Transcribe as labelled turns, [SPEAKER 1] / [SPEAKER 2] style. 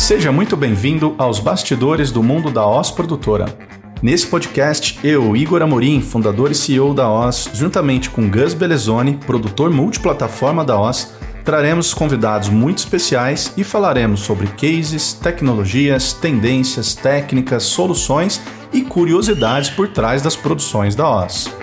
[SPEAKER 1] Seja muito bem-vindo aos bastidores do mundo da Oz Produtora. Nesse podcast, eu, Igor Amorim, fundador e CEO da Oz, juntamente com Gus Belezoni, produtor multiplataforma da Oz, traremos convidados muito especiais e falaremos sobre cases, tecnologias, tendências, técnicas, soluções e curiosidades por trás das produções da Oz.